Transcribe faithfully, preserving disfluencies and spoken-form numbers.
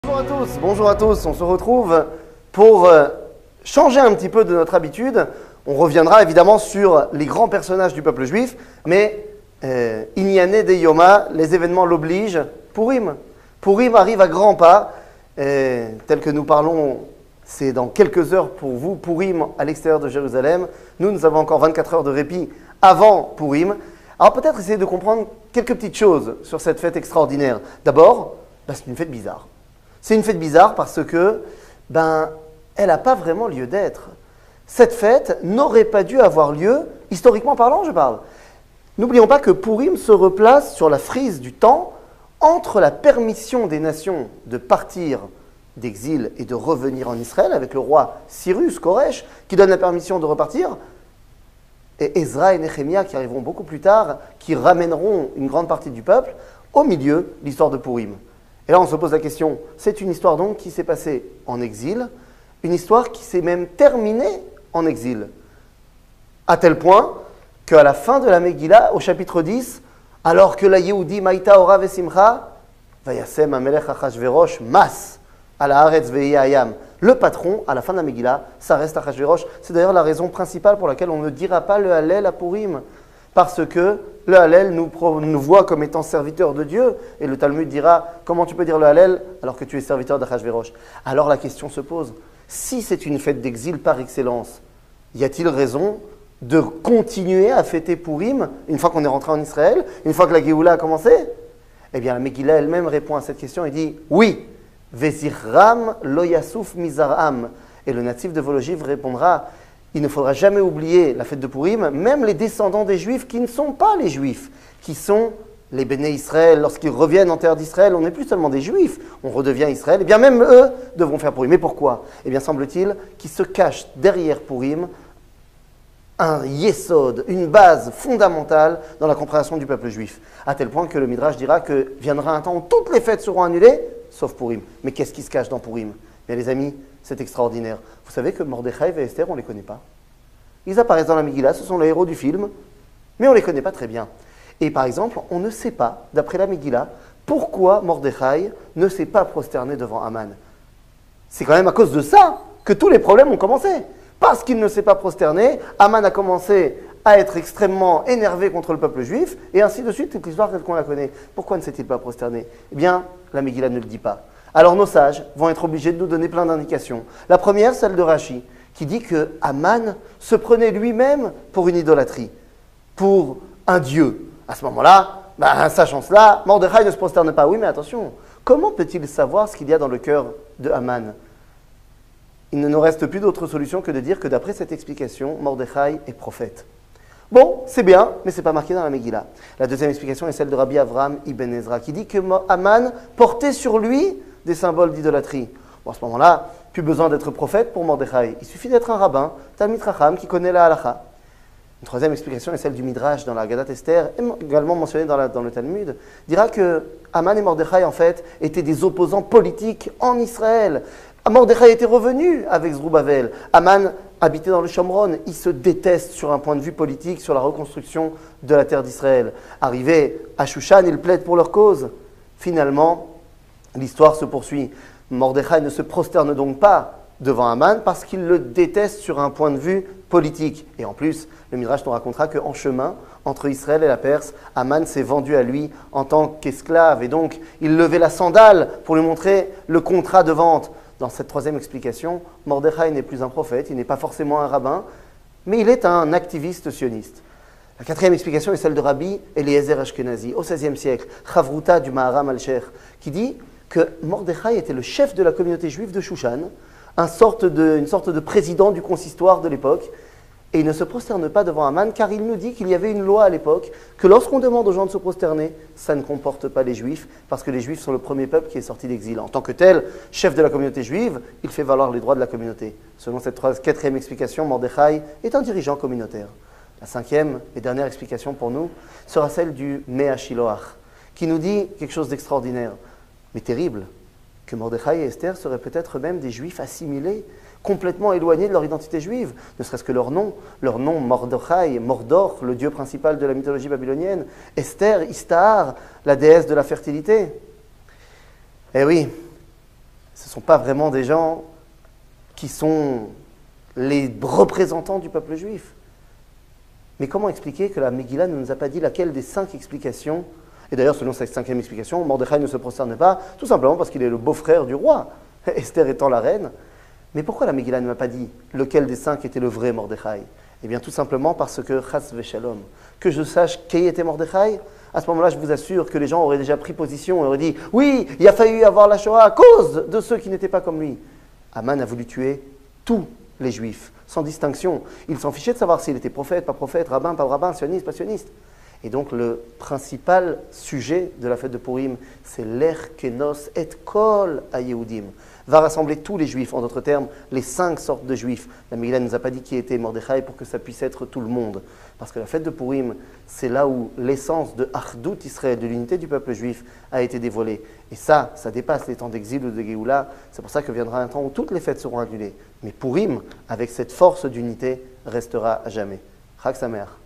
Bonjour à tous, bonjour à tous, on se retrouve pour euh, changer un petit peu de notre habitude. On reviendra évidemment sur les grands personnages du peuple juif, mais euh, Inyane de Yoma, les événements l'obligent. Purim. Purim arrive à grands pas, euh, tel que nous parlons, c'est dans quelques heures pour vous, Purim à l'extérieur de Jérusalem. Nous, nous avons encore vingt-quatre heures de répit avant Purim. Alors peut-être essayer de comprendre quelques petites choses sur cette fête extraordinaire. D'abord, ben, c'est une fête bizarre. C'est une fête bizarre parce que, ben, elle n'a pas vraiment lieu d'être. Cette fête n'aurait pas dû avoir lieu, historiquement parlant, je parle. N'oublions pas que Purim se replace sur la frise du temps entre la permission des nations de partir d'exil et de revenir en Israël avec le roi Cyrus, Koresh, qui donne la permission de repartir, et Ezra et Néhémia qui arriveront beaucoup plus tard, qui ramèneront une grande partie du peuple, au milieu, l'histoire de Purim. Et là, on se pose la question, c'est une histoire donc qui s'est passée en exil, une histoire qui s'est même terminée en exil. À tel point qu'à la fin de la Megillah, au chapitre dix, alors que la Yehudi Maïta Ora Vesimcha, Vayasem Amelech Achashverosh Mas, à la Haaretz Ve'yayam. Le patron, à la fin de la Megillah, ça reste Achashverosh. C'est d'ailleurs la raison principale pour laquelle on ne dira pas le Hallel à Purim. Parce que le Hallel nous, nous voit comme étant serviteurs de Dieu. Et le Talmud dira, comment tu peux dire le Hallel alors que tu es serviteur d'Achashverosh? Alors la question se pose, si c'est une fête d'exil par excellence, y a-t-il raison de continuer à fêter Purim une fois qu'on est rentré en Israël, une fois que la Géoula a commencé? Eh bien la Megillah elle-même répond à cette question et dit, oui, Vezichram lo yasuf mizaram. Et le natif de Vologiv répondra, il ne faudra jamais oublier la fête de Purim, même les descendants des Juifs qui ne sont pas les Juifs, qui sont les Béné Israël. Lorsqu'ils reviennent en terre d'Israël, on n'est plus seulement des Juifs, on redevient Israël. Eh bien même eux devront faire Purim. Mais pourquoi? Eh bien semble-t-il qu'il se cache derrière Purim un yesod, une base fondamentale dans la compréhension du peuple juif. À tel point que le Midrash dira que viendra un temps où toutes les fêtes seront annulées, sauf Purim. Mais qu'est-ce qui se cache dans Purim? Bien les amis, c'est extraordinaire. Vous savez que Mordechai et Esther, on ne les connaît pas. Ils apparaissent dans la Megillah, ce sont les héros du film, mais on ne les connaît pas très bien. Et par exemple, on ne sait pas, d'après la Megillah, pourquoi Mordechai ne s'est pas prosterné devant Haman. C'est quand même à cause de ça que tous les problèmes ont commencé. Parce qu'il ne s'est pas prosterné, Haman a commencé à être extrêmement énervé contre le peuple juif, et ainsi de suite, toute l'histoire telle qu'on la connaît. Pourquoi ne s'est-il pas prosterné? Eh bien, la Megillah ne le dit pas. Alors nos sages vont être obligés de nous donner plein d'indications. La première, celle de Rashi, qui dit que Haman se prenait lui-même pour une idolâtrie, pour un dieu. À ce moment-là, ben, sachant cela, Mordechai ne se prosterne pas. Oui, mais attention, comment peut-il savoir ce qu'il y a dans le cœur de Haman? Il ne nous reste plus d'autre solution que de dire que d'après cette explication, Mordechai est prophète. Bon, c'est bien, mais ce n'est pas marqué dans la Megillah. La deuxième explication est celle de Rabbi Avraham Ibn Ezra, qui dit que Haman portait sur lui des symboles d'idolâtrie. Bon, à ce moment-là, plus besoin d'être prophète pour Mordechai. Il suffit d'être un rabbin, Talmid Chacham, qui connaît la halakha. Une troisième explication est celle du Midrash dans la Haggadat Esther, également mentionnée dans, la, dans le Talmud, dira que Haman et Mordechai, en fait, étaient des opposants politiques en Israël. Mordechai était revenu avec Zrubavel. Haman habitait dans le Shomron. Il se déteste sur un point de vue politique, sur la reconstruction de la terre d'Israël. Arrivé à Shushan, il plaide pour leur cause. Finalement, l'histoire se poursuit. Mordechai ne se prosterne donc pas devant Haman parce qu'il le déteste sur un point de vue politique. Et en plus, le Midrash nous racontera qu'en chemin, entre Israël et la Perse, Haman s'est vendu à lui en tant qu'esclave. Et donc, il levait la sandale pour lui montrer le contrat de vente. Dans cette troisième explication, Mordechai n'est plus un prophète, il n'est pas forcément un rabbin, mais il est un activiste sioniste. La quatrième explication est celle de Rabbi Eliezer Ashkenazi, au seizième siècle, Chavruta du Maharam al-Sheikh, qui dit que Mordechai était le chef de la communauté juive de Shushan, un sorte de, une sorte de président du consistoire de l'époque, et il ne se prosterne pas devant Haman, car il nous dit qu'il y avait une loi à l'époque, que lorsqu'on demande aux gens de se prosterner, ça ne comporte pas les Juifs, parce que les Juifs sont le premier peuple qui est sorti d'exil. En tant que tel, chef de la communauté juive, il fait valoir les droits de la communauté. Selon cette quatrième explication, Mordechai est un dirigeant communautaire. La cinquième et dernière explication pour nous sera celle du Mea Shiloach, qui nous dit quelque chose d'extraordinaire, mais terrible, que Mordechai et Esther seraient peut-être même des Juifs assimilés, complètement éloignés de leur identité juive, ne serait-ce que leur nom, leur nom Mordechai, Mordor, le dieu principal de la mythologie babylonienne, Esther, Istahar, la déesse de la fertilité. Eh oui, ne sont pas vraiment des gens qui sont les représentants du peuple juif. Mais comment expliquer que la Megillah ne nous a pas dit laquelle des cinq explications, et d'ailleurs selon cette cinquième explication, Mordechai ne se prosterne pas, tout simplement parce qu'il est le beau-frère du roi, Esther étant la reine. Mais pourquoi la Megillah ne m'a pas dit lequel des cinq était le vrai Mordechai? Eh bien tout simplement parce que, chas v'shalom, que je sache qui était Mordechai, à ce moment-là je vous assure que les gens auraient déjà pris position et auraient dit « Oui, il a fallu avoir la Shoah à cause de ceux qui n'étaient pas comme lui ». Aman a voulu tuer tous les juifs, sans distinction. Il s'en fichait de savoir s'il était prophète, pas prophète, rabbin, pas rabbin, sioniste, pas sioniste. Et donc le principal sujet de la fête de Purim, c'est l'Er Kenos et Kol HaYehudim. Va rassembler tous les juifs, en d'autres termes, les cinq sortes de juifs. La Megillah ne nous a pas dit qui était Mordechai pour que ça puisse être tout le monde. Parce que la fête de Purim, c'est là où l'essence de Achdut Israël, de l'unité du peuple juif, a été dévoilée. Et ça, ça dépasse les temps d'exil ou de Géoula. C'est pour ça que viendra un temps où toutes les fêtes seront annulées. Mais Purim, avec cette force d'unité, restera à jamais. Chag Sameach.